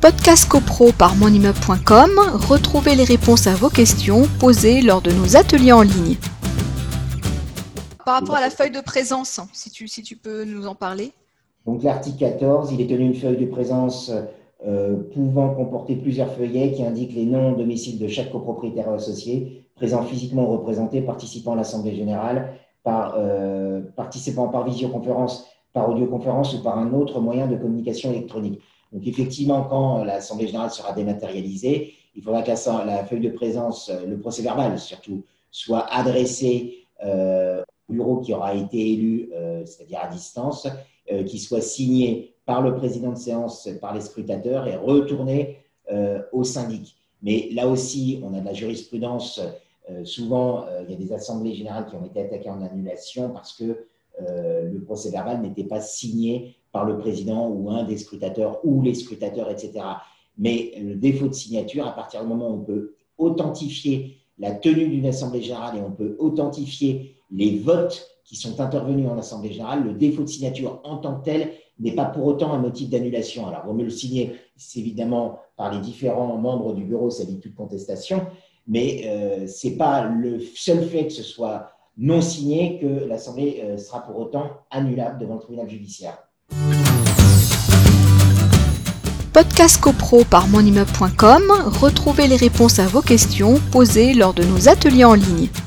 Podcast CoPro par monimmeuble.com, retrouvez les réponses à vos questions posées lors de nos ateliers en ligne. Par rapport à la feuille de présence, si tu peux nous en parler. Donc l'article 14, il est tenu une feuille de présence pouvant comporter plusieurs feuillets qui indiquent les noms, domiciles de chaque copropriétaire associé, présent physiquement ou représenté, participant à l'Assemblée générale, participant par visioconférence, par audioconférence ou par un autre moyen de communication électronique. Donc effectivement, quand l'Assemblée générale sera dématérialisée, il faudra que la feuille de présence, le procès-verbal surtout, soit adressé au bureau qui aura été élu, c'est-à-dire à distance, qui soit signé par le président de séance, par les scrutateurs et retourné au syndic. Mais là aussi, on a de la jurisprudence. Souvent, il y a des assemblées générales qui ont été attaquées en annulation parce que le procès-verbal n'était pas signé par le président ou un des scrutateurs ou les scrutateurs, etc. Mais le défaut de signature, à partir du moment où on peut authentifier la tenue d'une assemblée générale et on peut authentifier les votes qui sont intervenus en assemblée générale, le défaut de signature en tant que tel n'est pas pour autant un motif d'annulation. Alors, il vaut mieux le signer, c'est évidemment par les différents membres du bureau, ça dit toute contestation, mais ce n'est pas le seul fait que ce soit non signé que l'Assemblée sera pour autant annulable devant le tribunal judiciaire. Podcast CoPro par monimmeuble.com, retrouvez les réponses à vos questions posées lors de nos ateliers en ligne.